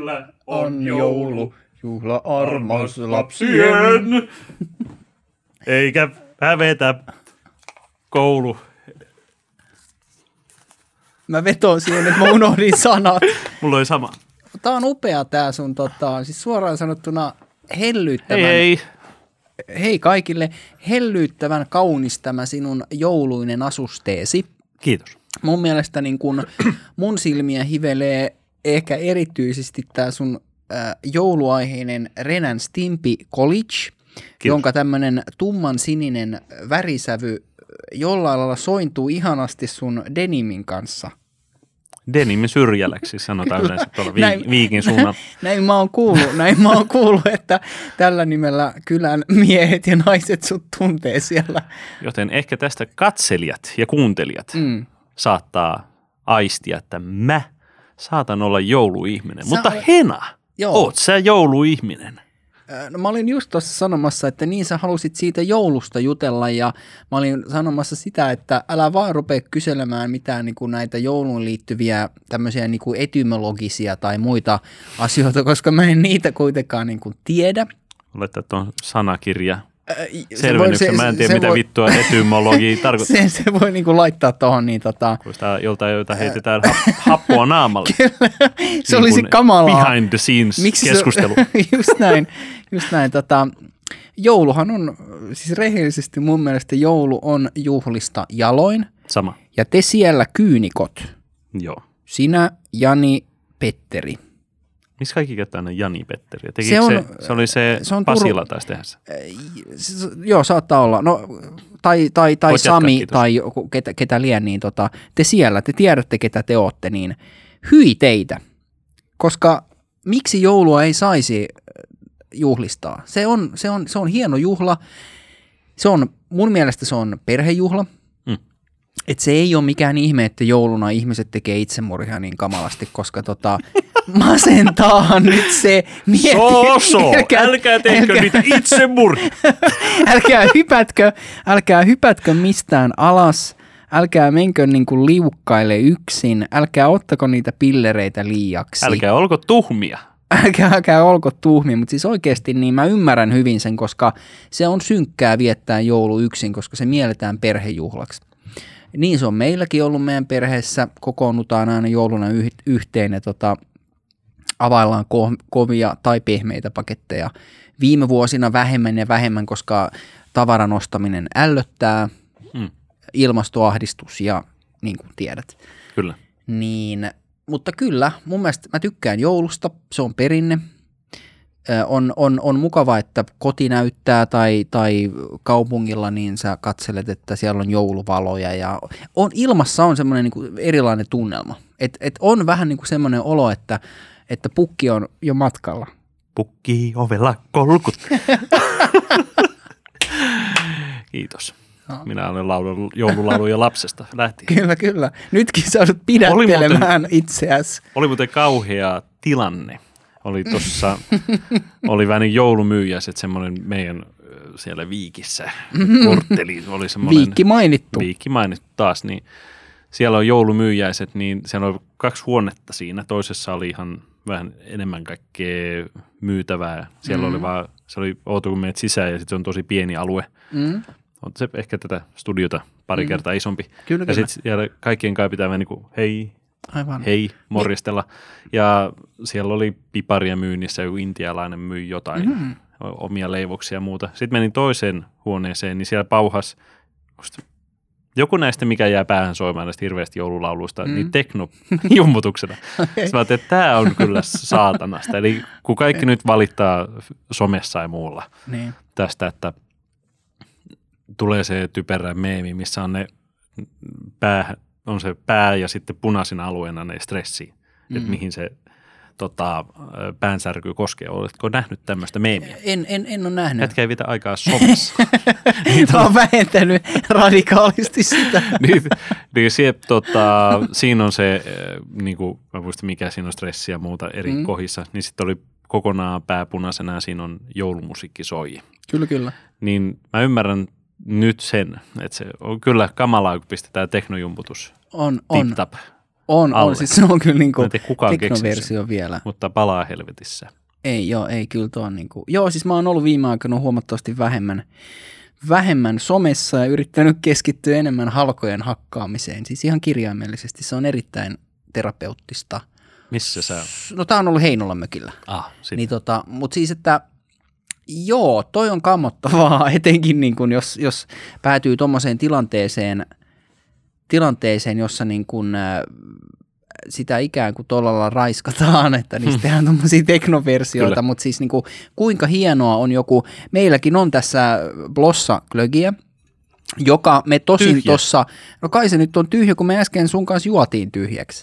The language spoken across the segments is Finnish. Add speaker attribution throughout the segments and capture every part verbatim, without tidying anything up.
Speaker 1: lähellä on joulu,
Speaker 2: juhla armas
Speaker 1: lapsien. Eikä hävetä koulu.
Speaker 2: Mä vetoon siihen, että mä unohdin sanat.
Speaker 1: Mulla oli sama.
Speaker 2: Tää on upea tää sun tota, siis suoraan sanottuna hellyyttävän.
Speaker 1: Hei hei.
Speaker 2: Hei kaikille, hellyyttävän kaunis tämä sinun jouluinen asusteesi.
Speaker 1: Kiitos.
Speaker 2: Mun mielestä niin kun mun silmiä hivelee ehkä erityisesti tää sun äh, jouluaiheinen Ren and Stimpy College, Kiitos. Jonka tämmönen tumman sininen värisävy jollain lailla sointuu ihanasti sun denimin kanssa.
Speaker 1: Denimin syrjäläksi sanotaan yleensä tuolla vi- viikin suunnan.
Speaker 2: Näin mä oon kuullut, näin mä oon kuullut, että tällä nimellä kylän miehet ja naiset sut tuntee siellä.
Speaker 1: Joten ehkä tästä katselijat ja kuuntelijat mm. saattaa aistia, että mä saatan olla jouluihminen. Sä Mutta olet... Hena, Joo. oot sä jouluihminen?
Speaker 2: No, mä olin just tuossa sanomassa, että niin sä halusit siitä joulusta jutella ja mä olin sanomassa sitä, että älä vaan rupea kyselemään mitään niin kuin näitä jouluun liittyviä tämmöisiä niin kuin etymologisia tai muita asioita, koska mä en niitä kuitenkaan niin kuin tiedä.
Speaker 1: Olettaa, että on sanakirja. Selvennyksen, mä en tiedä mitä voi, vittua etymologia tarkoittaa.
Speaker 2: Se, se voi niinku laittaa tuohon niin tota...
Speaker 1: Kun sitä joltain joita heitetään hap, happoa naamalle.
Speaker 2: Kyllä, se
Speaker 1: niin
Speaker 2: olisi kamalaa.
Speaker 1: Behind the scenes
Speaker 2: Miksi
Speaker 1: keskustelu.
Speaker 2: Se, just näin, just näin. Tota, jouluhan on, siis rehellisesti mun mielestä joulu on juhlista jaloin.
Speaker 1: Sama.
Speaker 2: Ja te siellä kyynikot.
Speaker 1: Joo.
Speaker 2: Sinä, Jani, Petteri.
Speaker 1: Missä kaikki käyttää aina Jani Petteri?
Speaker 2: Se, on,
Speaker 1: se, se oli se, se Pasila taas tehdä se.
Speaker 2: Joo, saattaa olla. No, tai tai, tai Sami jatkaa, tai ketä, ketä lien, niin tota, te siellä, te tiedätte ketä te ootte, niin hyi teitä. Koska miksi joulua ei saisi juhlistaa? Se on, se on, se on hieno juhla. Se on, mun mielestä se on perhejuhla. Mm. Että se ei ole mikään ihme, että jouluna ihmiset tekee itsemurhia niin kamalasti, koska tota... Masentaahan nyt se mieti.
Speaker 1: So, so. Älkää, älkää tehkö älkää, niitä itsemurhia.
Speaker 2: älkää hypätkö, älkää hypätkö mistään alas, älkää menkö niin kuin liukkaille yksin, älkää ottako niitä pillereitä liiaksi.
Speaker 1: Älkää olko tuhmia.
Speaker 2: Älkää, älkää olko tuhmia, mutta siis oikeasti niin mä ymmärrän hyvin sen, koska se on synkkää viettää joulu yksin, koska se mielletään perhejuhlaksi. Niin se on meilläkin ollut meidän perheessä, kokoonnutaan aina jouluna yhteen ja tota, availlaan ko- kovia tai pehmeitä paketteja. Viime vuosina vähemmän ja vähemmän, koska tavaran ostaminen ällöttää, mm. ilmastoahdistus ja niin kuin tiedät.
Speaker 1: Kyllä.
Speaker 2: Niin, mutta kyllä, mun mielestä mä tykkään joulusta, se on perinne. On, on, on mukava, että koti näyttää tai, tai kaupungilla niin sä katselet, että siellä on jouluvaloja ja on, ilmassa on semmoinen niin kuin erilainen tunnelma. Et, et on vähän niin kuin semmoinen olo, että että pukki on jo matkalla.
Speaker 1: Pukki ovella kolkut. Kiitos. No. Minä olen laulanut joululauluja lapsesta lähtien.
Speaker 2: Kyllä, kyllä. Nytkin sä joudut pidättelemään oli itseäsi.
Speaker 1: Oli muuten kauhea tilanne. Oli tuossa, oli vähän niin joulumyyjäiset, semmoinen meidän siellä Viikissä kortteli. Oli semmoinen,
Speaker 2: Viikki mainittu.
Speaker 1: Viikki mainittu taas, niin siellä on joulumyyjäiset, niin siellä oli kaksi huonetta siinä. Toisessa oli ihan vähän enemmän kaikkea myytävää. Siellä mm. oli vaan, se oli outo kun menet sisään ja sitten se on tosi pieni alue. Mm. On se ehkä tätä studiota pari mm. kertaa isompi.
Speaker 2: Kyllä,
Speaker 1: ja
Speaker 2: kyllä.
Speaker 1: sitten kaikkien kai pitää vähän niin kuin hei,
Speaker 2: Aivan.
Speaker 1: hei, morjestella. Ja siellä oli piparia myynnissä, joku intialainen myi jotain, mm. omia leivoksia ja muuta. Sitten menin toiseen huoneeseen, niin siellä pauhas joku näistä, mikä jää päähän soimaan näistä hirveästi joululauluista, mm. niin teknojummutuksena. Okay. Sitten mä ajattelin, että tämä on kyllä saatanasta. Eli kun kaikki nyt valittaa somessa ja muulla niin. tästä, että tulee se typerä meemi, missä on ne pää, on se pää ja sitten punaisena alueena ne stressi, mm. että mihin se tota, päänsärky koskee. Oletko nähnyt tämmöistä meemiä?
Speaker 2: En, en, en ole nähnyt.
Speaker 1: Jätkä ei vitä aikaa somessa.
Speaker 2: niin, mä oon vähentänyt radikaalisti sitä.
Speaker 1: niin, niin sie, tota, siinä on se, niin kuin, mä muistan mikä siinä on stressi ja muuta eri mm. kohdissa, niin sitten oli kokonaan pääpunaisena ja siinä on joulumusiikki soi.
Speaker 2: Kyllä, kyllä.
Speaker 1: Niin mä ymmärrän nyt sen, että se on kyllä kamalaa, kun pistetään teknojumputus.
Speaker 2: On, on.
Speaker 1: Tip-tap.
Speaker 2: On,
Speaker 1: alle.
Speaker 2: on, siis se on kyllä niinku
Speaker 1: kukaan
Speaker 2: teknoversio vielä.
Speaker 1: Mutta palaa helvetissä.
Speaker 2: Ei, joo, ei kyllä tuo on niinku, joo, siis mä oon ollut viime aikoina huomattavasti vähemmän, vähemmän somessa ja yrittänyt keskittyä enemmän halkojen hakkaamiseen. Siis ihan kirjaimellisesti se on erittäin terapeuttista.
Speaker 1: Missä sä?
Speaker 2: No tää on ollut Heinolan mökillä.
Speaker 1: Ah,
Speaker 2: niin tota, mutta siis, että joo, toi on kammottavaa, etenkin niin kun jos, jos päätyy tommoseen tilanteeseen, tilanteeseen, jossa niin kun, äh, sitä ikään kuin tuolla raiskataan, että niistä tehdään tommosia teknoversioita, mutta siis niin kuin, kuinka hienoa on joku, meilläkin on tässä Blossa-glögiä, joka me tosin tuossa, no kai se nyt on tyhjä, kun me äsken sun kanssa juotiin tyhjäksi.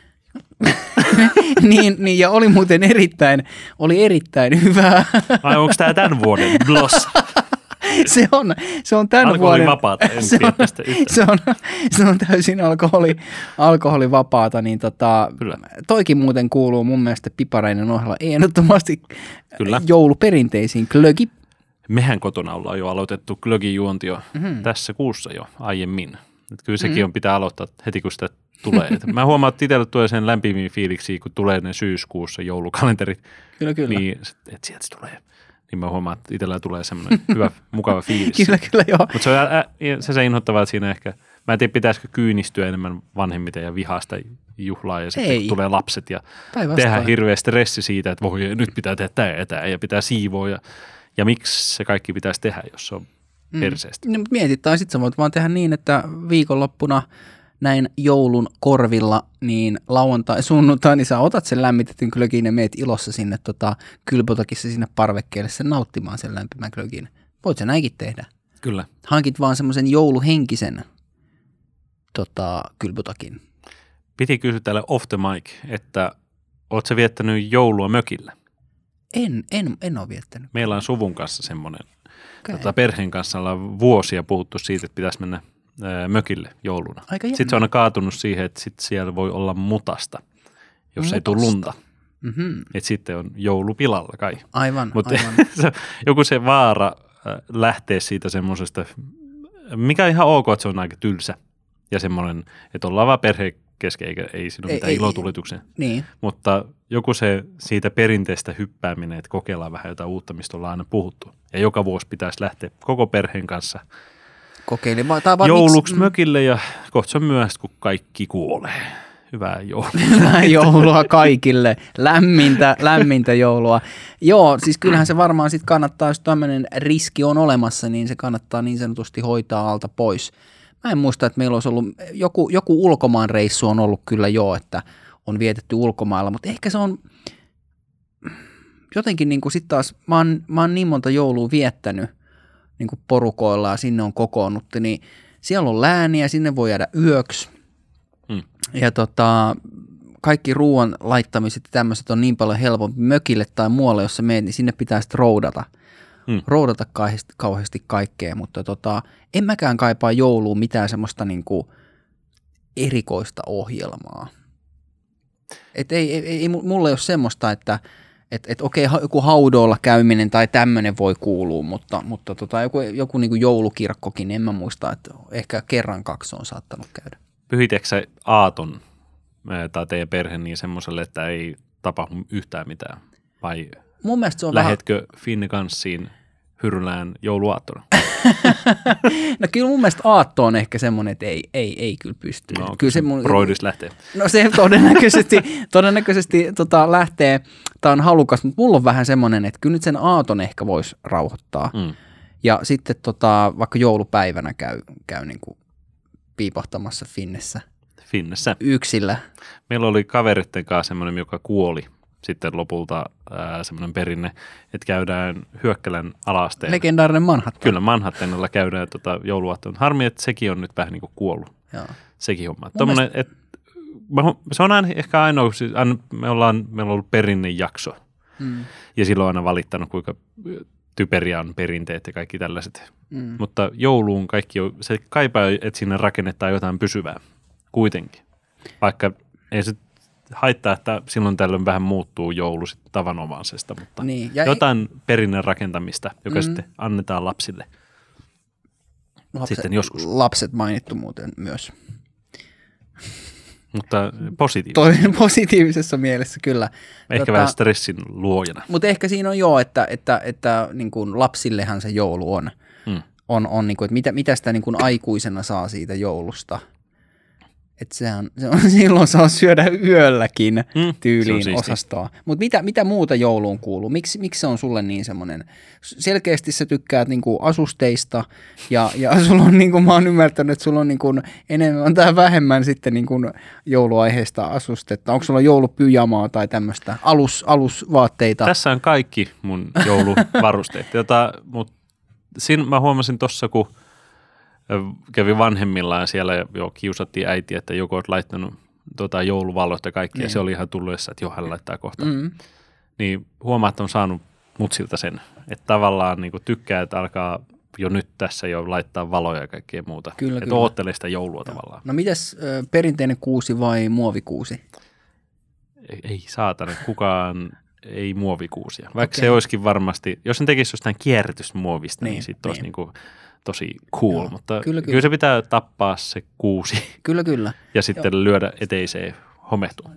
Speaker 2: niin, niin, ja oli muuten erittäin, oli erittäin hyvää.
Speaker 1: Vai onko tämä tämän vuoden Blossa?
Speaker 2: Se on, se on tämän vuoden.
Speaker 1: Alkoholivapaata, en
Speaker 2: se on,
Speaker 1: tästä
Speaker 2: se on, se on täysin alkoholi, alkoholivapaata, niin tota, toikin muuten kuuluu mun mielestä pipareinen ohella ehdottomasti Kyllä. jouluperinteisiin glögi.
Speaker 1: Mehän kotona ollaan jo aloitettu glögin juonti jo mm-hmm. tässä kuussa jo aiemmin. Et kyllä sekin mm-hmm. on pitää aloittaa heti, kun sitä tulee. Et mä huomaan, että itselle tulee sen lämpimiä fiiliksiä, kun tulee ne syyskuussa joulukalenterit.
Speaker 2: Kyllä, kyllä.
Speaker 1: Niin, että sieltä se tulee. Niin mä huomaan, että itsellä tulee semmoinen hyvä, mukava fiilis.
Speaker 2: Kyllä, kyllä, joo.
Speaker 1: Mutta se on ä, se, se inhottavaa, että siinä ehkä, mä en tiedä, pitäisikö kyynistyä enemmän vanhemmiten ja vihasta juhlaa ja sitten Ei. tulee lapset ja tehdä hirveä stressi siitä, että voi, nyt pitää tehdä tämä ja tämä ja pitää siivoa ja, ja miksi se kaikki pitäisi tehdä, jos se on mm. perseestä.
Speaker 2: No, mietit, tai sitten sä voit vaan tehdä niin, että viikonloppuna näin joulun korvilla, niin lauantai, sunnuntai, niin sä otat sen lämmitetyn glögin ja meet ilossa sinne tota, kylpytakissa sinne parvekkeelle sen nauttimaan sen lämpimän glögin. Voit sä näinkin tehdä.
Speaker 1: Kyllä.
Speaker 2: Hankit vaan semmoisen jouluhenkisen tota, kylpytakin.
Speaker 1: Piti kysyä täällä off the mic, että oot sä viettänyt joulua mökillä?
Speaker 2: En, en, en ole viettänyt.
Speaker 1: Meillä on suvun kanssa semmoinen, okay. tota, perheen kanssa ollaan vuosia puhuttu siitä, että pitäisi mennä mökille jouluna. Sitten se on kaatunut siihen, että sit siellä voi olla mutasta, jos mutasta. Ei tule lunta. Mm-hmm. Että sitten on joulupilalla kai.
Speaker 2: Aivan,
Speaker 1: Mutta
Speaker 2: aivan.
Speaker 1: joku se vaara lähtee siitä semmoisesta, mikä on ihan ok, että se on aika tylsä ja semmoinen, että ollaan vaan perheen kesken, eikä ei siinä ole mitään ilotulituksen.
Speaker 2: Niin.
Speaker 1: Mutta joku se siitä perinteistä hyppääminen, että kokeillaan vähän jotain uutta, mistä ollaan aina puhuttu. Ja joka vuosi pitäisi lähteä koko perheen kanssa
Speaker 2: kokeilemaan.
Speaker 1: Jouluksi miksi? mökille ja kohta se on myöhäistä, kun kaikki kuolee. Hyvää joulua.
Speaker 2: Hyvää joulua kaikille. Lämmintä, lämmintä joulua. Joo, siis kyllähän se varmaan sitten kannattaa, jos tämmöinen riski on olemassa, niin se kannattaa niin sanotusti hoitaa alta pois. Mä en muista, että meillä olisi ollut, joku, joku ulkomaan reissu on ollut kyllä jo, että on vietetty ulkomailla, mutta ehkä se on jotenkin niin kuin sitten taas, mä oon, mä oon niin monta joulua viettänyt, niin kuin porukoilla ja sinne on kokoonnuttu, niin siellä on lääniä, sinne voi jäädä yöksi. Mm. Ja tota, kaikki ruoan laittamiset ja tämmöiset on niin paljon helpompi mökille tai muualle, jos sä menet, niin sinne pitää sitten roudata. Mm. Roudata kauheasti, kauheasti kaikkea, mutta tota, en mäkään kaipaa jouluun mitään semmoista niin kuin erikoista ohjelmaa. Et ei, ei, ei, mulla ei ole semmoista, että Että et, okei, joku haudoilla käyminen tai tämmöinen voi kuulua, mutta, mutta tota, joku, joku niin kuin joulukirkkokin, en mä muista, että ehkä kerran kaksi on saattanut käydä.
Speaker 1: Pyhitekö sä aaton tai teidän perhe niin semmoiselle, että ei tapahdu yhtään mitään? Vai
Speaker 2: mun mielestä se on
Speaker 1: lähetkö
Speaker 2: vähän
Speaker 1: Finneganssiin Hyrylään jouluaattona?
Speaker 2: No kyllä mun mielestä aatto on ehkä semmoinen, että ei, ei, ei kyllä pysty.
Speaker 1: No,
Speaker 2: kyllä
Speaker 1: se mun broidis lähtee.
Speaker 2: No se todennäköisesti, todennäköisesti tota, lähtee, tämä on halukas, mutta mulla on vähän semmoinen, että kyllä nyt sen aaton ehkä voisi rauhoittaa. Mm. Ja sitten tota, vaikka joulupäivänä käy, käy niin kuin piipahtamassa Finnessä.
Speaker 1: Finnessä.
Speaker 2: Yksillä.
Speaker 1: Meillä oli kaveritten kanssa semmoinen, joka kuoli. Sitten lopulta semmoinen perinne, että käydään Hyökkälän ala-asteen.
Speaker 2: Legendaarinen Manhattan.
Speaker 1: Kyllä, Manhattanilla käydään tota jouluaattona. Harmi, että sekin on nyt vähän niin kuin kuollut. Joo. Sekin homma. Mielestä et, se on aina, ehkä ainoa, siis aina, me ollaan, meillä on ollut perinnejakso. Hmm. Ja silloin on aina valittanut, kuinka typeriä on perinteet ja kaikki tällaiset. Hmm. Mutta jouluun kaikki, se kaipaa, että sinne rakennetaan jotain pysyvää kuitenkin. Vaikka ei se haittaa, että silloin tällöin vähän muuttuu joulu sitten tavanomaisesta, mutta niin, jotain ei perinnön rakentamista, joka mm. sitten annetaan lapsille
Speaker 2: lapset,
Speaker 1: sitten joskus.
Speaker 2: Lapset mainittu muuten myös.
Speaker 1: Mutta positiivisesti.
Speaker 2: Toi, positiivisessa mielessä kyllä.
Speaker 1: Ehkä tota, vähän stressin luojana.
Speaker 2: Mutta ehkä siinä on joo, että, että, että niin kuin lapsillehan se joulu on. Hmm. on, on niin kuin, että mitä, mitä sitä niin kuin aikuisena saa siitä joulusta. Että sehän, se on, silloin saa syödä yölläkin hmm, tyyliin osastoa. Mutta mitä, mitä muuta jouluun kuuluu? Miksi, miksi se on sulle niin semmoinen? Selkeästi sä tykkäät niinku asusteista ja, ja sulla on, niin kuin mä oon ymmärtänyt, että sulla on niin kuin enemmän tai vähemmän sitten niin kuin jouluaiheista asustetta. Onko sulla joulupyjamaa tai tämmöistä alus, alusvaatteita?
Speaker 1: Tässä on kaikki mun jouluvarusteet. Jota, mut siinä mä huomasin tuossa, kun kävi vanhemmillaan siellä jo kiusattiin äitiä, että joku olet laittanut tota, jouluvalot ja kaikki, niin. Ja se oli ihan tullut, että joo, hän laittaa kohta. Mm-hmm. Niin huomaa, että on saanut mutsilta sen, että tavallaan niin kuin tykkää, että alkaa jo nyt tässä jo laittaa valoja ja kaikkea muuta. Kyllä, että kyllä. Oottelee sitä joulua joo. Tavallaan.
Speaker 2: No mitäs perinteinen kuusi vai muovikuusi?
Speaker 1: Ei, ei saatana, kukaan ei muovikuusia. Vaikka okay. Se olisikin varmasti, jos sen tekisi jostain kierrätysmuovista, niin, niin sitten olisi niin kuin tosi cool, joo, mutta kyllä, kyllä. kyllä se pitää tappaa se kuusi.
Speaker 2: Kyllä, kyllä.
Speaker 1: Ja sitten joo. Lyödä eteiseen homehtuun.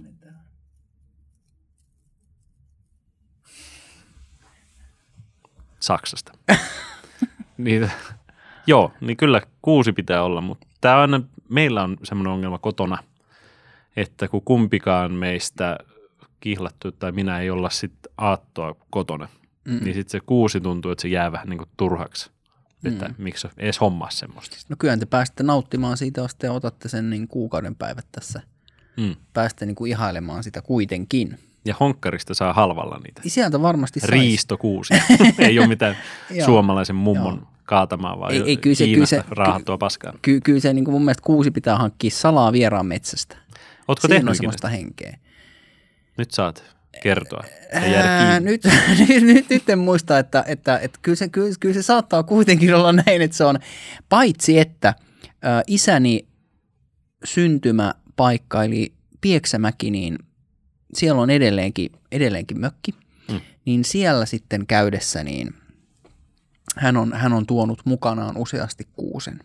Speaker 1: Saksasta. niin, joo, niin kyllä kuusi pitää olla, mutta tämä on, meillä on semmoinen ongelma kotona, että kun kumpikaan meistä kihlattu tai minä ei olla sitten aattoa kotona, mm. niin sitten se kuusi tuntuu, että se jää vähän niin kuin turhaksi. Että mm. miksi edes hommaa semmoista.
Speaker 2: No kyllä te pääsette nauttimaan siitä, jos te otatte sen niin kuukauden päivät tässä. Mm. Pääsette niin kuin ihailemaan sitä kuitenkin.
Speaker 1: Ja honkkarista saa halvalla niitä.
Speaker 2: Sieltä varmasti saisi.
Speaker 1: Riistokuusi. Ei ole mitään suomalaisen mummon joo. kaatamaa, vaan ei, ei, kyllä se, Kiinasta kyllä se, raahattua paskaa.
Speaker 2: Ky, kyllä se niin kuin mun mielestä kuusi pitää hankkia salaa vieraan metsästä.
Speaker 1: Ootko tehnyt
Speaker 2: on semmoista henkeä.
Speaker 1: Nyt saat kertoa.
Speaker 2: Ää, nyt, nyt, nyt, nyt en muista, että, että, että kyllä, se, kyllä, kyllä se saattaa kuitenkin olla näin, että se on paitsi, että ä, isäni syntymäpaikka eli Pieksämäki, niin siellä on edelleenkin, edelleenkin mökki, mm. niin siellä sitten käydessä niin hän on, hän on tuonut mukanaan useasti kuusen.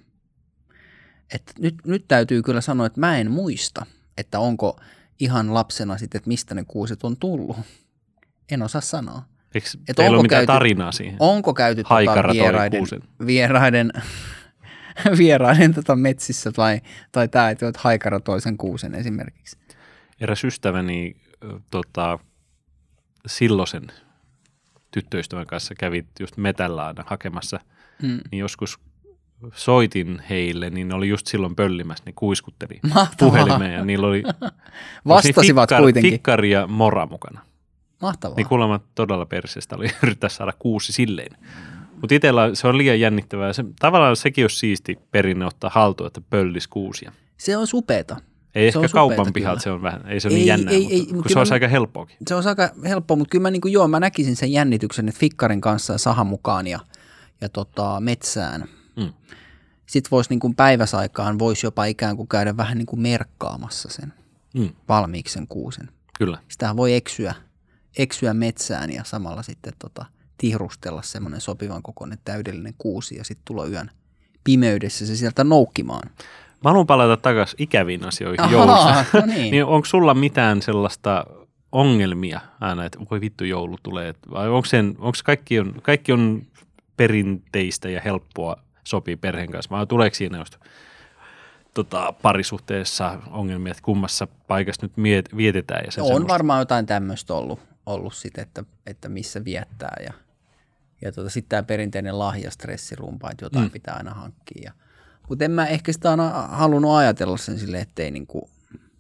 Speaker 2: Et nyt, nyt täytyy kyllä sanoa, että mä en muista, että onko ihan lapsena sitten, että mistä ne kuuset on tullut. En osaa sanoa.
Speaker 1: Eikö teillä ole mitään käyty, tarinaa siihen?
Speaker 2: Onko käyty tota vieraiden, vieraiden, vieraiden tota metsissä tai, tai tämä, että olet haikara toisen kuusen esimerkiksi?
Speaker 1: Eräs ystäväni tota, silloisen tyttöystävän kanssa kävi just metällä aina hakemassa, hmm. niin joskus soitin heille, niin ne oli just silloin pöllimässä, niin kuiskutteli mahtavaa. Puhelimeen ja niillä oli
Speaker 2: vastasivat
Speaker 1: fikkar,
Speaker 2: kuitenkin.
Speaker 1: Fikkari ja mora mukana.
Speaker 2: Mahtavaa.
Speaker 1: Niin kuulemma todella perseestä oli yrittää saada kuusi silleen. Mutta itsellä se on liian jännittävää. Se, tavallaan sekin olisi siisti perinne ottaa haltuun, että pöllis kuusia.
Speaker 2: Se on upeeta.
Speaker 1: Ei
Speaker 2: se
Speaker 1: ehkä kaupan pihat, se on vähän, ei se ole ei, niin jännää, ei, ei, mutta kun se olisi mä, aika helppoakin.
Speaker 2: Se olisi aika helppoa, mutta kyllä mä, niin kuin, joo, mä näkisin sen jännityksen, että fikkarin kanssa sahan mukaan ja, ja tota, metsään. Mm. Sitten voisi niin kuin päiväsaikaan, voisi jopa ikään kuin käydä vähän niin kuin merkkaamassa sen mm. valmiiksi sen kuusen.
Speaker 1: Kyllä.
Speaker 2: Sitähän voi eksyä, eksyä metsään ja samalla sitten tota, tihrustella semmoinen sopivan kokoinen täydellinen kuusi ja sitten tulla yön pimeydessä se sieltä noukkimaan.
Speaker 1: Mä haluan palata takaisin ikäviin asioihin
Speaker 2: Ahaa,
Speaker 1: joulussa.
Speaker 2: No niin.
Speaker 1: niin onko sulla mitään sellaista ongelmia aina, että voi vittu joulu tulee? Vai onko, sen, onko kaikki, on, kaikki on perinteistä ja helppoa sopii perheen kanssa? Vai tuleeko siinä just tota, parisuhteessa ongelmia, että kummassa paikassa nyt miet, vietetään? Ja sen
Speaker 2: on
Speaker 1: semmoista?
Speaker 2: Varmaan jotain tämmöistä ollut, ollut sitten, että, että missä viettää. Ja, ja tota, sitten tämä perinteinen lahjastressirumpa, että jotain mm. pitää aina hankkia. Mutta en mä ehkä sitä aina halunnut ajatella sen silleen, ettei niinku,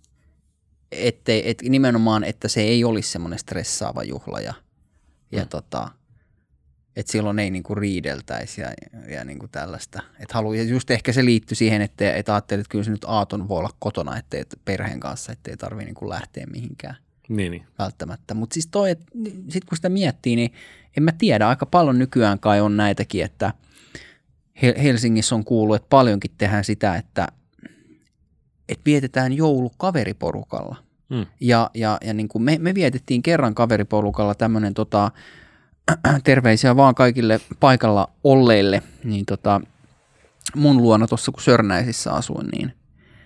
Speaker 2: ettei, et nimenomaan, että se ei olisi semmoinen stressaava juhla ja, ja mm. tota, että silloin ei niinku riideltäisi ja, ja niinku tällaista. Et halu, ja just ehkä se liittyy siihen, että et ajattelet, että kyllä se nyt aaton voi olla kotona, ettei et perheen kanssa, ettei tarvitse niinku lähteä mihinkään
Speaker 1: niin, niin.
Speaker 2: välttämättä. Mutta siis toi, että sitten kun sitä miettii, niin en mä tiedä, aika paljon nykyään kai on näitäkin, että Helsingissä on kuullut, että paljonkin tehdään sitä, että, että vietetään joulu kaveriporukalla. Mm. Ja, ja, ja niin kuin me, me vietettiin kerran kaveriporukalla tämmöinen tota, terveisiä vaan kaikille paikalla olleille, niin tota, mun luona tuossa kun Sörnäisissä asuin, niin,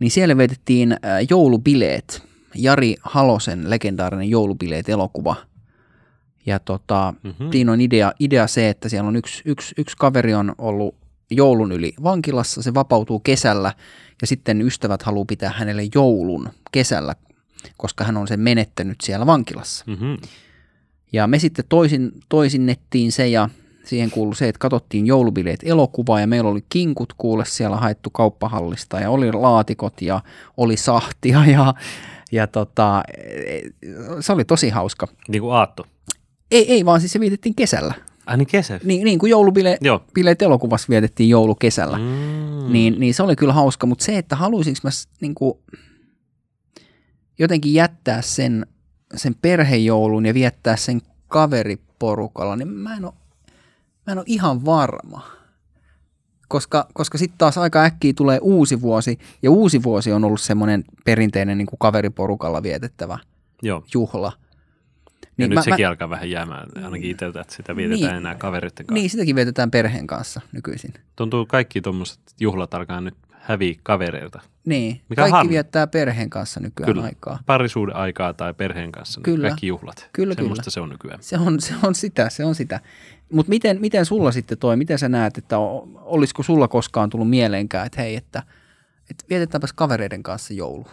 Speaker 2: niin siellä vietettiin joulubileet, Jari Halosen legendaarinen joulubileet-elokuva. Ja tota, mm-hmm. siinä on idea, idea se, että siellä on yksi, yksi, yksi kaveri on ollut joulun yli vankilassa, se vapautuu kesällä ja sitten ystävät haluaa pitää hänelle joulun kesällä, koska hän on sen menettänyt siellä vankilassa. Mm-hmm. Ja me sitten toisin, toisinnettiin se ja siihen kuului se, että katsottiin joulubileet elokuvaa ja meillä oli kinkut kuule siellä haettu kauppahallista ja oli laatikot ja oli sahtia ja, ja tota, se oli tosi hauska.
Speaker 1: Niin kuin aatto?
Speaker 2: Ei, ei vaan siis se vietettiin kesällä.
Speaker 1: Ai niin kesä?
Speaker 2: Niin, niin kuin joulubileet elokuvassa vietettiin joulukesällä. Mm. Niin, niin se oli kyllä hauska, mutta se, että haluaisinko mä niin kuin jotenkin jättää sen, sen perhejoulun ja viettää sen kaveriporukalla, niin mä en ole, mä en ole ihan varma. Koska, koska sitten taas aika äkkiä tulee uusi vuosi, ja uusi vuosi on ollut semmoinen perinteinen niin kuin kaveriporukalla vietettävä Joo. juhla.
Speaker 1: Ja
Speaker 2: niin
Speaker 1: nyt
Speaker 2: mä,
Speaker 1: sekin
Speaker 2: mä,
Speaker 1: alkaa vähän jäämään, ainakin itseltä, että sitä vietetään
Speaker 2: niin,
Speaker 1: enää kaveritten kanssa.
Speaker 2: Niin, sitäkin vietetään perheen kanssa nykyisin.
Speaker 1: Tuntuu kaikki tuommoiset juhlat alkaa nyt häviä kavereilta.
Speaker 2: Niin,
Speaker 1: mikä
Speaker 2: kaikki
Speaker 1: harmi.
Speaker 2: Viettää perheen kanssa nykyään
Speaker 1: kyllä.
Speaker 2: aikaa.
Speaker 1: Parisuuden aikaa tai perheen kanssa, niin kyllä. Kaikki juhlat.
Speaker 2: Kyllä,
Speaker 1: Semmoista
Speaker 2: kyllä.
Speaker 1: se on nykyään.
Speaker 2: Se on, se on sitä, se on sitä. Mutta miten, miten sulla sitten toi, miten sä näet, että olisiko sulla koskaan tullut mieleenkään, että hei, että, että vietetäänpäs kavereiden kanssa joulu?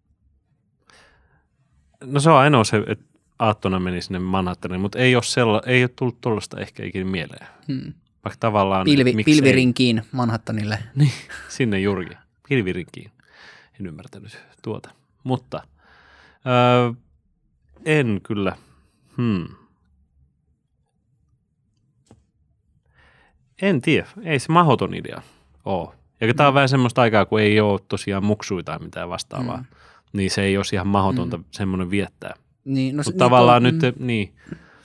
Speaker 1: No se on ainoa se, että aattona meni sinne Manhattaniin, mutta ei ole, sella, ei ole tullut tuollaista ehkä ikinä mieleen. Hmm. Vaikka tavallaan...
Speaker 2: Pilvi, pilvirinkiin ei... Manhattanille.
Speaker 1: Niin, sinne juurikin. Pilvirinkiin. En ymmärtänyt tuota. Mutta öö, en kyllä... Hmm. En tiedä. Ei se mahdoton idea ole. Ja tämä on vähän semmoista aikaa, kun ei ole tosiaan muksuja tai mitään vastaavaa. Hmm. Niin se ei ole ihan mahdotonta hmm. semmoinen viettää.
Speaker 2: Niin, no,
Speaker 1: mutta
Speaker 2: niin
Speaker 1: tavallaan
Speaker 2: toi,
Speaker 1: nyt, mm. niin.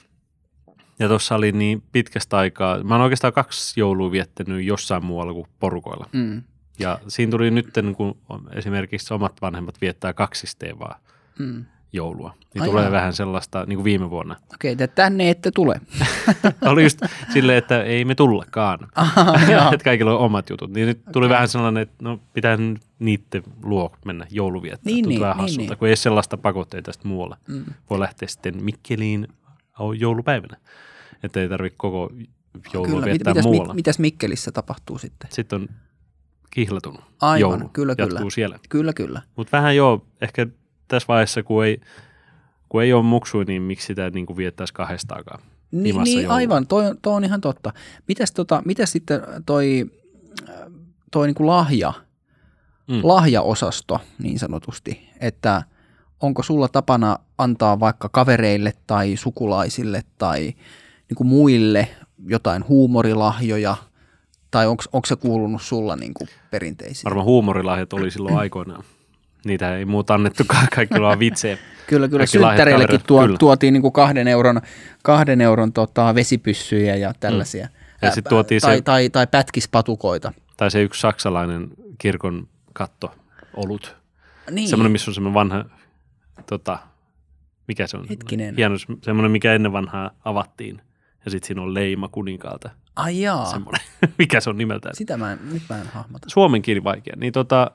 Speaker 1: Ja tuossa oli niin pitkästä aikaa, mä oon oikeastaan kaksi joulua viettänyt jossain muualla kuin porukoilla. Mm. Ja siinä tuli nyt, kun esimerkiksi omat vanhemmat viettää kaksisteen vaan mm. joulua. Niin Ai tulee jaa. Vähän sellaista, niin kuin viime vuonna.
Speaker 2: Okei, okay, tänne ette tule.
Speaker 1: Oli just silleen, että ei me tullakaan. Että kaikilla on omat jutut. Niin nyt tuli okay. vähän sellainen, että no pitää niiden luo mennä jouluviettää.
Speaker 2: Niin,
Speaker 1: Tuntuu
Speaker 2: niin,
Speaker 1: vähän
Speaker 2: niin,
Speaker 1: hassulta,
Speaker 2: niin.
Speaker 1: kun ei sellaista pakotteita sitten muualla. Mm. Voi lähteä sitten Mikkeliin joulupäivänä. Että ei tarvitse koko joulua kyllä. viettää
Speaker 2: mitäs,
Speaker 1: muualla.
Speaker 2: Mitäs Mikkelissä tapahtuu sitten?
Speaker 1: Sitten on kihlatunut
Speaker 2: Aivan,
Speaker 1: joulu.
Speaker 2: Kyllä,
Speaker 1: jatkuu
Speaker 2: kyllä.
Speaker 1: siellä.
Speaker 2: Kyllä, kyllä.
Speaker 1: Mutta vähän joo, ehkä tässä vaiheessa, kun ei, kun ei ole muksui, niin miksi sitä niin kuin viettäisi kahdestaakaan?
Speaker 2: Niin, niin aivan, toi, toi on ihan totta. Mitäs, tota, mitäs sitten toi, toi niin kuin lahja, mm. lahjaosasto niin sanotusti, että onko sulla tapana antaa vaikka kavereille tai sukulaisille tai niin kuin muille jotain huumorilahjoja, tai onko se kuulunut sulla niin kuin perinteisiin?
Speaker 1: Varmaan huumorilahjat oli silloin aikoinaan. Niitä ei muuta annettukaan, kaikki vaan vitsejä.
Speaker 2: Kyllä, kyllä. Synttäreillekin tuo, tuotiin niin kuin kahden euron, kahden euron tota, vesipyssyjä ja tällaisia. Mm.
Speaker 1: Ja sit tuotiin
Speaker 2: tai,
Speaker 1: se,
Speaker 2: tai, tai pätkispatukoita.
Speaker 1: Tai se yksi saksalainen kirkon katto olut.
Speaker 2: Niin.
Speaker 1: Semmoinen, missä on semmoinen vanha, tota, mikä se on?
Speaker 2: Hetkinen.
Speaker 1: Hieno, semmoinen, mikä ennen vanhaa avattiin. Ja sitten siinä on leima kuninkaalta.
Speaker 2: Ai jaa.
Speaker 1: Semmoinen. Mikä se on nimeltään?
Speaker 2: Sitä mä en, nyt mä en hahmota.
Speaker 1: Suomen kieli vaikea. Niin tota...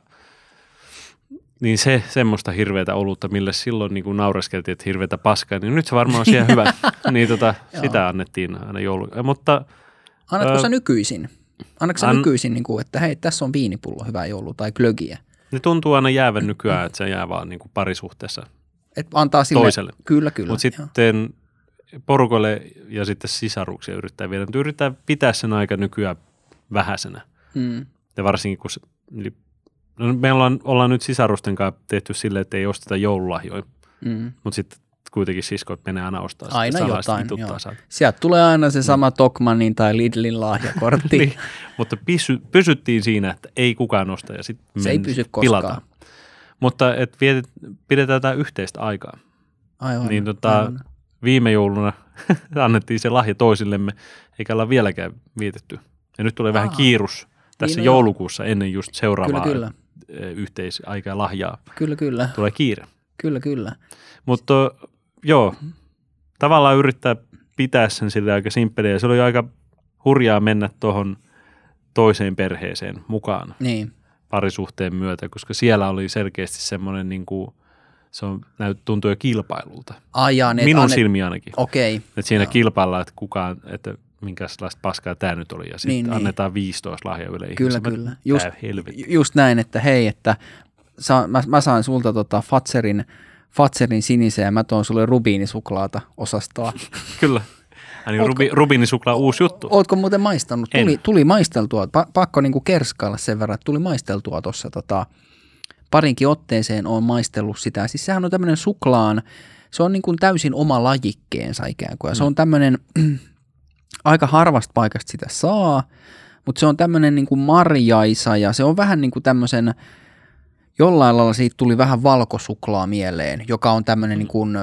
Speaker 1: Niin se semmoista hirveätä olutta, mille silloin niin kuin naureskeltiin, että hirveätä paskaa, niin nyt se varmaan on siellä hyvä. Niin tota, sitä annettiin aina joulu. Mutta,
Speaker 2: Annatko
Speaker 1: ö,
Speaker 2: sä nykyisin? Annatko sä an... nykyisin, niin kuin, että hei, tässä on viinipullo, hyvää joulua, tai glögiä?
Speaker 1: Ne tuntuu aina jäävän nykyään, että se jää vaan niin kuin parisuhteessa
Speaker 2: Et antaa sille,
Speaker 1: toiselle.
Speaker 2: Kyllä, kyllä.
Speaker 1: Mutta sitten porukoille ja sitten sisaruksia yrittää viedä. Mutta yrittää pitää sen aika nykyään vähäisenä. Hmm. Ja varsinkin, kun se, no me ollaan, ollaan nyt sisarusten kanssa tehty silleen, että ei osteta joululahjoja, mm. mutta sitten kuitenkin siskot menee aina ostaa
Speaker 2: aina jotain, joo. Sieltä tulee aina se sama mm. Tokmannin tai Lidlin lahjakortti.
Speaker 1: Niin, mutta pysy, pysyttiin siinä, että ei kukaan osta ja sitten
Speaker 2: se ei pysy koskaan.
Speaker 1: Pilataan. Mutta et vietet, pidetään tätä yhteistä aikaa.
Speaker 2: Aivan,
Speaker 1: niin tota,
Speaker 2: aivan.
Speaker 1: Viime jouluna annettiin se lahja toisillemme, eikä olla vieläkään vietetty. Ja nyt tulee Aa. vähän kiirus tässä niin, joulukuussa ennen just seuraavaa kyllä, kyllä. yhteisaikaa lahjaa.
Speaker 2: Kyllä, kyllä.
Speaker 1: Tulee kiire.
Speaker 2: Kyllä, kyllä.
Speaker 1: Mutta joo, tavallaan yrittää pitää sen sille aika simppeliä. Se oli aika hurjaa mennä tuohon toiseen perheeseen mukaan.
Speaker 2: Niin.
Speaker 1: parisuhteen myötä, koska siellä oli selkeästi semmoinen, niin kuin, se on, tuntuu jo kilpailulta.
Speaker 2: Ai jaa, ne,
Speaker 1: minun
Speaker 2: ne,
Speaker 1: silmi ainakin.
Speaker 2: Okei.
Speaker 1: Okay. Että siinä Joo. kilpaillaan, että kukaan, että minkälaista paskaa tämä nyt oli, ja sitten niin, annetaan niin. viisitoista lahja yle
Speaker 2: Kyllä, ihmisen. Kyllä. Just, just näin, että hei, että sa, mä, mä saan sulta tota Fatserin, Fatserin sinisen, ja mä tuon sulle rubiinisuklaata osastoa.
Speaker 1: Kyllä. Niin rubi, rubiinisuklaa uusi juttu.
Speaker 2: Ootko muuten maistanut? Tuli, tuli maisteltua, pakko niinku kerskailla sen verran, että tuli maisteltua tuossa tota, parinkin otteeseen on maistellut sitä. Siis sehän on tämmöinen suklaan, se on niin kuin täysin oma lajikkeensa ikään kuin. Ja se on tämmöinen, aika harvasta paikasta sitä saa, mutta se on tämmöinen niin kuin marjaisa ja se on vähän niin kuin tämmöisen, jollain lailla siitä tuli vähän valkosuklaa mieleen, joka on tämmöinen niin kuin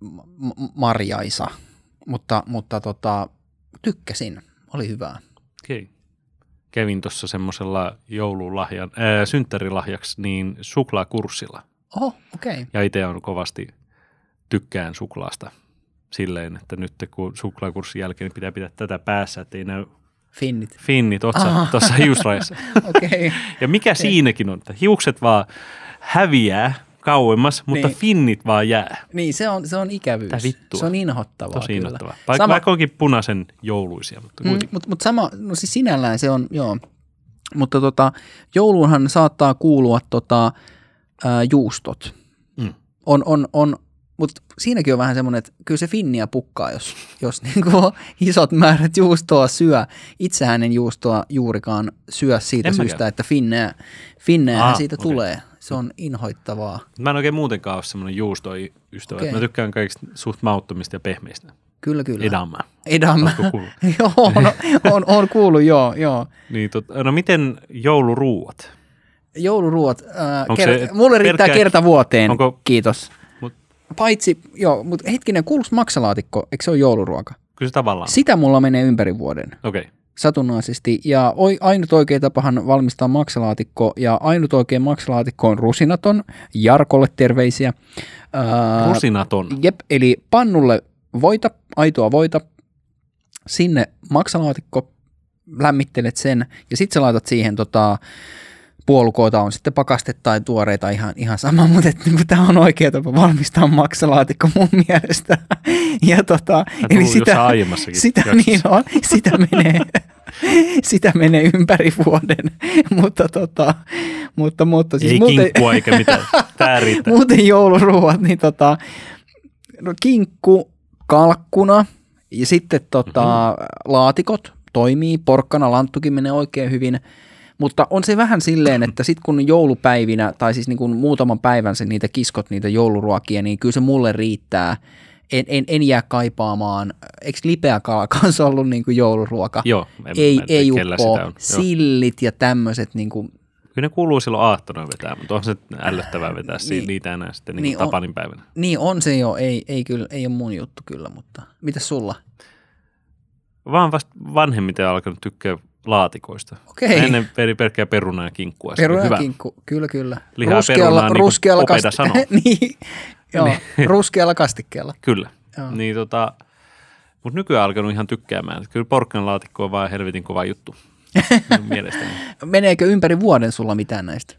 Speaker 2: marjaisa. Mutta, mutta tota, tykkäsin. Oli hyvää.
Speaker 1: Okei. Okay. Kävin tuossa semmoisella joululahjan, äh, synttärilahjaksi niin suklaakurssilla.
Speaker 2: Oho, okei. Okay.
Speaker 1: Ja itse on kovasti tykkään suklaasta silleen, että nyt kun suklaakurssin jälkeen niin pitää pitää tätä päässä, ettei näy
Speaker 2: Finnit.
Speaker 1: Finnit tuossa hiusrajassa.
Speaker 2: Okei. Okay.
Speaker 1: Ja mikä okay. siinäkin on, että hiukset vaan häviää kauemmas, mutta niin. Finnit vaan jää.
Speaker 2: Niin, se on, se on ikävyys. Se on inhottavaa.
Speaker 1: Tosi inhottavaa. Vaikka, vaikka onkin punaisen jouluisia, mutta kuitenkin.
Speaker 2: Mm, mutta mut sama, no siis sinällään se on, joo. Mutta tota, jouluunhan saattaa kuulua tota, ää, juustot. Mm. On, on, on, mutta siinäkin on vähän semmoinen, että kyllä se finniä pukkaa, jos, jos niinku isot määrät juustoa syö. Itsehän en juustoa juurikaan syö siitä en syystä, että finneä, finneähän siitä okay. tulee. Se on inhoittavaa.
Speaker 1: Mä en oikein muutenkaan ole semmoinen juustoystävä. Okay. Mä tykkään kaikista suht mauttomista ja pehmeistä.
Speaker 2: Kyllä, kyllä.
Speaker 1: Edamma.
Speaker 2: Edamma. Joo, no, on, on kuullut, joo, joo.
Speaker 1: Niin, tot, no miten jouluruuat?
Speaker 2: Jouluruuat, äh, ker- mulle riittää pelkkä, kerta vuoteen, onko, kiitos. Mut, Paitsi, joo, mutta hetkinen, kuuluuko maksalaatikko, eikö se ole jouluruoka?
Speaker 1: Kyllä se tavallaan.
Speaker 2: Sitä mulla menee ympäri vuoden.
Speaker 1: Okei. Okay.
Speaker 2: Satunnaisesti. Ja ainut oikea tapahan valmistaa maksalaatikko, ja ainut oikea maksalaatikko on rusinaton. Jarkolle terveisiä. Ää,
Speaker 1: rusinaton?
Speaker 2: Jep, eli pannulle voita, aitoa voita, sinne maksalaatikko, lämmittelet sen, ja sitten sä laitat siihen tota, puolukoita, on sitten pakastetta tai tuoreita, ihan, ihan sama, mutta tämä on oikea tapa valmistaa maksalaatikko mun mielestä. Ja tota, eli sitä, sitä, niin on, sitä menee... Sitä menee ympäri vuoden, mutta tota, mutta, mutta siis
Speaker 1: ei
Speaker 2: muuten,
Speaker 1: kinkkua eikä mitään, tää riittää.
Speaker 2: Muuten jouluruuat, niin tota, no kinkku, kalkkuna ja sitten tota, mm-hmm. laatikot toimii, porkkana, lanttukin menee oikein hyvin, mutta on se vähän silleen, että sitten kun joulupäivinä, tai siis niin kuin muutaman päivän se niitä kiskot, niitä jouluruokia, niin kyllä se mulle riittää. En, en, en jää kaipaamaan, eikö lipeä kala kanssa ollut niin kuin jouluruoka?
Speaker 1: Joo, en,
Speaker 2: ei,
Speaker 1: en,
Speaker 2: ei uppo, sillit ja tämmöiset. Niin kuin...
Speaker 1: Kyllä ne kuuluu silloin aattona vetää, mutta on se ällöttävää vetää niin, niitä enää sitten niin niin Tapanin päivänä.
Speaker 2: Niin on se jo, ei, ei, kyllä, ei ole mun juttu kyllä, mutta mitäs sulla?
Speaker 1: Vaan vasta vanhemmiten alkanut tykkää laatikoista.
Speaker 2: Okei.
Speaker 1: Ennen peri pelkkää perunaa ja kinkkua.
Speaker 2: Peruna ja kinkku, kyllä kyllä.
Speaker 1: Lihaa ruskealla, perunaa, ruskealla niin kuin Opeda sanoo.
Speaker 2: niin. Joo, ruskealla kastikkeella.
Speaker 1: Kyllä. Niin, tota, mutta nykyään alkanut ihan tykkäämään. Kyllä porkkanalaatikko on vaan helvetin kova juttu. Mielestäni.
Speaker 2: Meneekö ympäri vuoden sulla mitään näistä?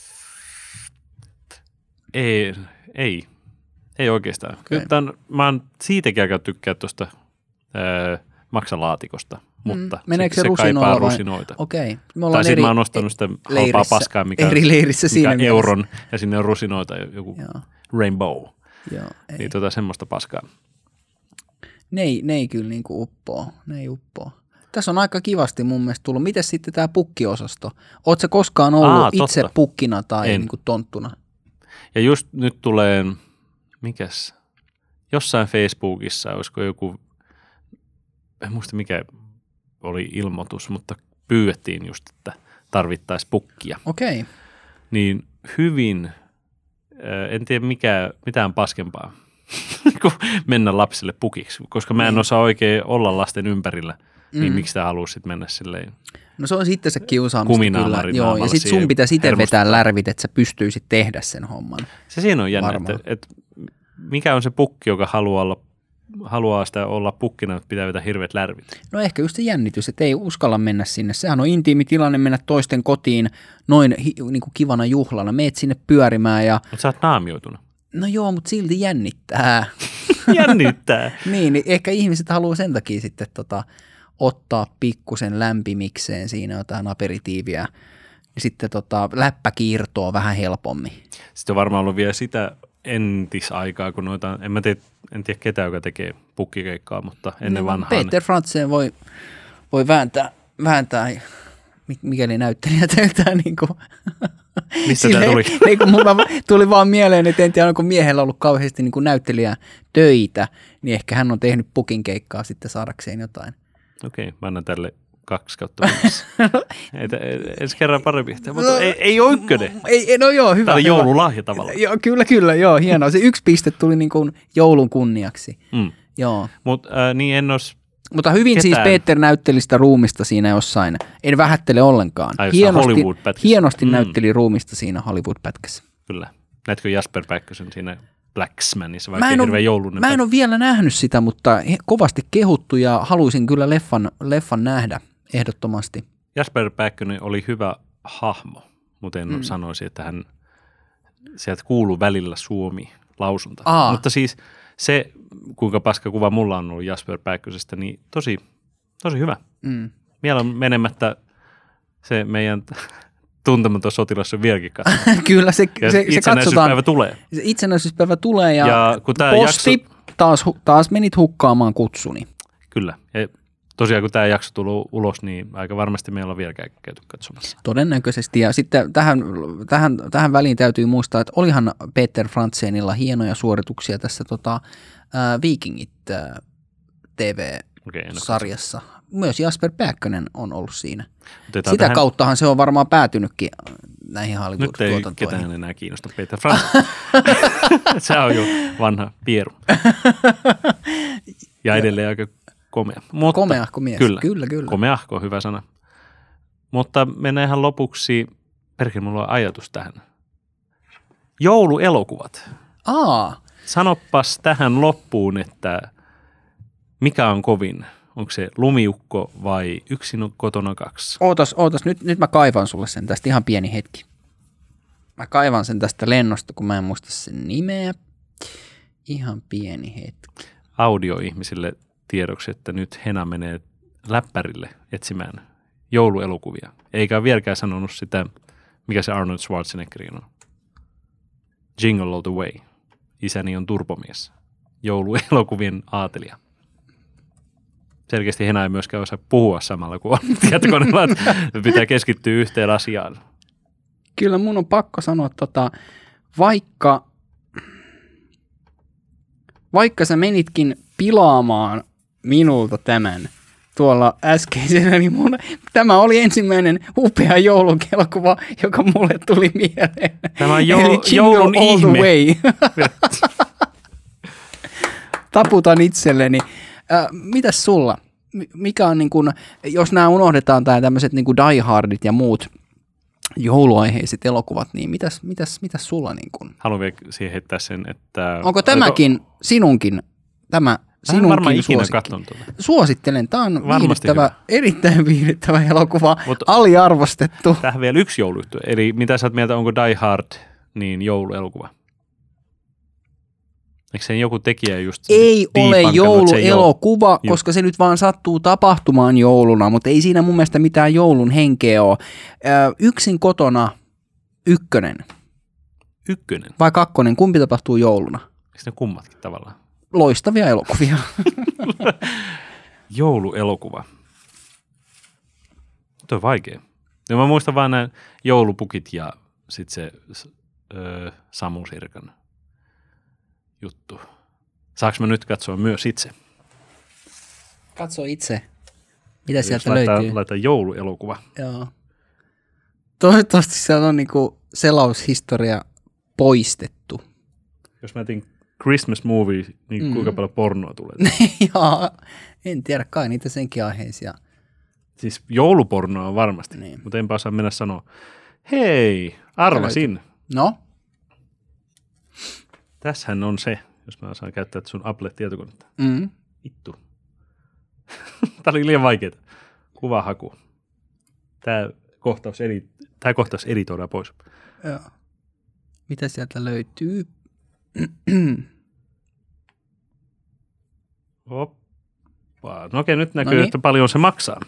Speaker 1: Ei, ei. Ei oikeastaan. Okay. Tämän, mä oon siitäkin aika tykkää tuosta äh, maksalaatikosta, mutta mm. se, se kaipaa vai? rusinoita.
Speaker 2: Okei.
Speaker 1: Okay. Tai sitten mä oon ostanut sitä halpaa paskaa, mikä,
Speaker 2: eri leirissä
Speaker 1: mikä siinä euron, mielessä. Ja sinne on rusinoita, joku Joo. rainbow.
Speaker 2: Joo, ei.
Speaker 1: Niin tota semmoista paskaa.
Speaker 2: Ne ei, ne ei kyllä niinku uppoo, ne ei uppoo. Tässä on aika kivasti mun mielestä tullut. Mites sitten tämä pukkiosasto? Ootko sä koskaan ollut Aa, itse pukkina tai niinku tonttuna?
Speaker 1: Ja just nyt tulee, mikäs, jossain Facebookissa, olisiko joku, en muista mikä oli ilmoitus, mutta pyydettiin just, että tarvittaisiin pukkia.
Speaker 2: Okei. Okay.
Speaker 1: Niin hyvin, en tiedä mikä, mitään paskempaa kuin mennä lapsille pukiksi, koska mä en niin. osaa oikein olla lasten ympärillä, niin mm. miksi sitä haluaa sitten mennä silleen.
Speaker 2: No se on sitten se kiusaamista kyllä. Joo, ja sitten sun pitäisi itse vetää lärvit, että sä pystyisit tehdä sen homman.
Speaker 1: Se siinä on jännä, että, että mikä on se pukki, joka haluaa olla haluaa sitä olla pukkina, että pitää vetää hirveät lärvit.
Speaker 2: No ehkä just se jännitys, että ei uskalla mennä sinne. Sehän on intiimi tilanne mennä toisten kotiin noin niin kuin kivana juhlana. Meet sinne pyörimään ja...
Speaker 1: Mutta sä oot naamioitunut.
Speaker 2: No joo, mutta silti jännittää.
Speaker 1: Jännittää.
Speaker 2: niin, niin, ehkä ihmiset haluaa sen takia sitten tota, ottaa pikkusen lämpimikseen siinä jotain aperitiiviä. Ja sitten tota, läppä kiirtoo vähän helpommin.
Speaker 1: Sitten on varmaan ollut vielä sitä entisaikaa, kun noita, en mä tiedä, en tiedä ketä, joka tekee pukkikeikkaa, mutta ennen no, vanhaan.
Speaker 2: Peter Frantzen voi, voi vääntää, vääntää, mikäli näyttelijä teiltää niin kuin...
Speaker 1: Mistä tämä tuli?
Speaker 2: Niin kuin mulla tuli vaan mieleen, että en tiedä, onko miehellä ollut kauheasti niin kuin näyttelijää töitä, niin ehkä hän on tehnyt pukin keikkaa sitten saadakseen jotain.
Speaker 1: Okei, mä annan tälle kaksi kautta viisi. Ensi kerran parempi. Mutta no, ei, ei ole ykkönen.
Speaker 2: Ei, no joo, hyvä.
Speaker 1: Tämä on joululahja tavallaan.
Speaker 2: Joo, kyllä, kyllä, joo, hienoa. Se yksi piste tuli niin kuin joulun kunniaksi.
Speaker 1: Mm.
Speaker 2: Joo.
Speaker 1: Mut, äh, niin en os
Speaker 2: Mutta hyvin ketään. Siis Peter näytteli sitä ruumista siinä jossain. En vähättele ollenkaan.
Speaker 1: Ai,
Speaker 2: hienosti hienosti
Speaker 1: mm.
Speaker 2: näytteli ruumista siinä Hollywood-pätkässä.
Speaker 1: Kyllä. Näetkö Jasper Päikkösen siinä Blacksmanissa, vaikka hirveän joulunen?
Speaker 2: Mä en ole vielä nähnyt sitä, mutta kovasti kehuttu ja haluaisin kyllä leffan, leffan nähdä ehdottomasti.
Speaker 1: Jasper Päikkönen oli hyvä hahmo, mutta en mm. sanoisi, että hän sieltä kuuluu välillä Suomi-lausunta.
Speaker 2: Aa.
Speaker 1: Mutta siis se, kuinka paska kuva mulla on ollut Jasper Päikkösestä, niin tosi, tosi hyvä.
Speaker 2: Mm.
Speaker 1: Vielä on menemättä se meidän tuntematon sotilas on vieläkin katsotaan.
Speaker 2: Kyllä se, se, se
Speaker 1: itsenäisyyspäivä tulee.
Speaker 2: Se itsenäisyyspäivä tulee ja,
Speaker 1: ja kun
Speaker 2: posti jakso... taas, taas menit hukkaamaan kutsuni.
Speaker 1: Kyllä. Ja tosiaan kun tämä jakso tulee ulos, niin aika varmasti meillä on vieläkään käyty katsomassa.
Speaker 2: Todennäköisesti. Ja sitten tähän, tähän, tähän väliin täytyy muistaa, että olihan Peter Frantzenilla hienoja suorituksia tässä tota, äh, Vikingit äh, T V-sarjassa. Okay, myös Jasper Pääkkönen on ollut siinä. Otetaan sitä tähän... kauttahan se on varmaan päätynytkin näihin Hollywood-tuotantoihin.
Speaker 1: Nyt ei ketään enää kiinnosta Peter Frantzen. Se on jo vanha pieru. Ja edelleen aika komea. Mutta,
Speaker 2: komeahko mies.
Speaker 1: Kyllä,
Speaker 2: kyllä, kyllä.
Speaker 1: Komeahko on hyvä sana. Mutta mennään ihan lopuksi, perkele mulla on ajatus tähän. Jouluelokuvat.
Speaker 2: Aa.
Speaker 1: Sanoppas tähän loppuun, että mikä on kovin? Onko se Lumiukko vai Yksin kotona kaksi?
Speaker 2: Ootas, ootas. Nyt, nyt mä kaivan sulle sen tästä ihan pieni hetki. Mä kaivan sen tästä lennosta, kun mä en muista sen nimeä. Ihan pieni hetki.
Speaker 1: Audioihmisille tiedoksi, että nyt Hena menee läppärille etsimään jouluelokuvia. Eikä ole vieläkään sanonut sitä, mikä se Arnold Schwarzeneggerin on. Jingle All the Way. Isäni on turbomies. Jouluelokuvien aatelija. Selkeästi Hena ei myöskään osaa puhua samalla kuin on tietokoneella, että pitää keskittyä yhteen asiaan.
Speaker 2: Kyllä mun on pakko sanoa, tota, vaikka, vaikka sä menitkin pilaamaan minulta tämän tuolla äskeisenä, niin mun, tämä oli ensimmäinen upea joulukelokuva, joka mulle tuli mieleen.
Speaker 1: Tämä on jo, Eli joulun all ihme.
Speaker 2: The way. Taputan itselleni. Äh, mitäs sulla? Mikä on niin kuin, jos nämä unohdetaan tai tämmöiset niin kuin Die Hardit ja muut jouluaiheiset elokuvat, niin mitäs, mitäs, mitäs sulla niin kuin?
Speaker 1: Haluan vielä siihen heittää sen, että...
Speaker 2: Onko tämäkin oliko... sinunkin, tämä sinunkin
Speaker 1: varmaan ikinä
Speaker 2: suosikki?
Speaker 1: katsonut tuota.
Speaker 2: Suosittelen, tämä on viihdyttävä, erittäin viihdyttävä elokuva, Mut aliarvostettu.
Speaker 1: Tähän vielä yksi jouluyhtye, eli mitä sä oot mieltä, onko Die Hard niin jouluelokuva? Eikö sen joku tekijä just
Speaker 2: ei ole jouluelokuva, joul... koska se nyt vaan sattuu tapahtumaan jouluna, mutta ei siinä mun mielestä mitään joulun henkeä ole. Ö, yksin kotona ykkönen.
Speaker 1: Ykkönen?
Speaker 2: Vai kakkonen, kumpi tapahtuu jouluna?
Speaker 1: Eikö ne kummatkin tavallaan?
Speaker 2: Loistavia elokuvia.
Speaker 1: Jouluelokuva. Tuo on vaikea. Ja mä muistan vaan nämä joulupukit ja sitten se ö, Samu Sirkan juttu. Saanko mä nyt katsoa myös itse?
Speaker 2: Katso itse. Mitä Jos sieltä
Speaker 1: laittaa,
Speaker 2: löytyy?
Speaker 1: Laita jouluelokuva.
Speaker 2: Joo. Toivottavasti siellä on niinku selaushistoria poistettu.
Speaker 1: Jos mä etin Christmas movie, niin mm. kuinka paljon pornoa tulee?
Speaker 2: Joo, en tiedä, kai niitä senkin aiheisia.
Speaker 1: Siis joulupornoa on varmasti,
Speaker 2: niin.
Speaker 1: Mutta enpä osaa mennä sanoa, hei, arvasin.
Speaker 2: No?
Speaker 1: Tässähän on se, jos mä osaan käyttää sun Apple-tietokonetta.
Speaker 2: Mm.
Speaker 1: Vittu. Tämä oli liian vaikeaa. Kuvahaku. Tämä kohtaus, edi, tämä kohtaus editoidaan pois.
Speaker 2: Joo. Mitä sieltä löytyy?
Speaker 1: Oppa. No okei, nyt näkyy,
Speaker 2: Noniin.
Speaker 1: että paljon se maksaa.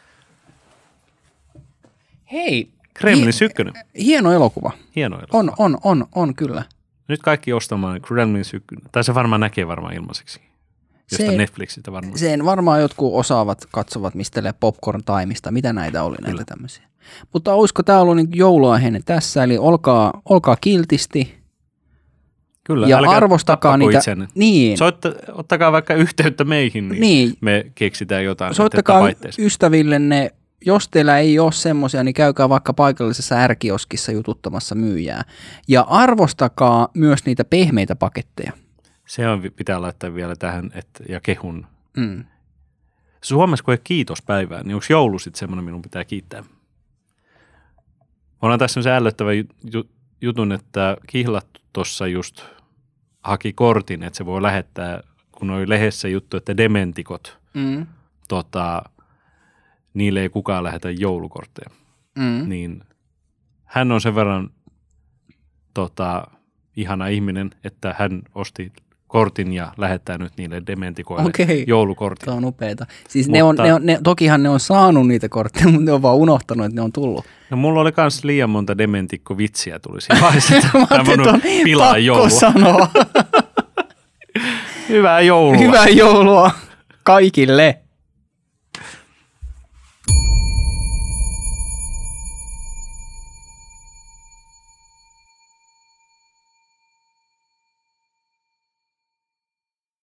Speaker 2: Hei.
Speaker 1: Gremlins ykkönen.
Speaker 2: Hieno elokuva.
Speaker 1: Hieno elokuva.
Speaker 2: On, on, on, on kyllä.
Speaker 1: Nyt kaikki ostamaan Gremlins ykkönen. Tai se varmaan näkee varmaan ilmaiseksi. Jostain Netflixistä varmaan.
Speaker 2: Sen varmaan jotkut osaavat, katsovat, mistä Popcorn Timeista, mitä näitä oli, näitä tämmöisiä. Mutta olisiko tämä ollut niin jouluaiheinen tässä, eli olkaa, olkaa kiltisti.
Speaker 1: Kyllä,
Speaker 2: ja
Speaker 1: älkää
Speaker 2: arvostakaa niitä.
Speaker 1: Itsenne.
Speaker 2: Niin.
Speaker 1: Soitta, ottakaa vaikka yhteyttä meihin, niin, niin. me keksitään jotain.
Speaker 2: Soittakaa ystävillenne. Jos teillä ei ole semmoisia, niin käykää vaikka paikallisessa ärkioskissa jututtamassa myyjää. Ja arvostakaa myös niitä pehmeitä paketteja.
Speaker 1: Se on, pitää laittaa vielä tähän, että, ja kehun.
Speaker 2: Mm.
Speaker 1: Suomessa kun ei kiitospäivää, niin onko joulu sitten semmoinen, minun pitää kiittää? Ollaan tässä se ällöttävä jutun, että Kihlattu tuossa just haki kortin, että se voi lähettää, kun oli lehdessä juttu, että dementikot,
Speaker 2: mm.
Speaker 1: tota, niille ei kukaan lähetä joulukortteja.
Speaker 2: Mm.
Speaker 1: Niin hän on sen verran tota, ihana ihminen, että hän osti kortin ja lähettää nyt niille dementikoille
Speaker 2: Okei.
Speaker 1: joulukortin.
Speaker 2: Se on upeeta. Siis mutta, ne on, ne on, ne, tokihan ne on saanut niitä kortteja, mutta ne on vaan unohtanut, että ne on tullut.
Speaker 1: No mulla oli kans liian monta dementikko-vitsiä tuli siinä vaiheessa. Mä voinut pilaa joulua.
Speaker 2: Sanoa.
Speaker 1: Hyvää joulua.
Speaker 2: Hyvää joulua kaikille.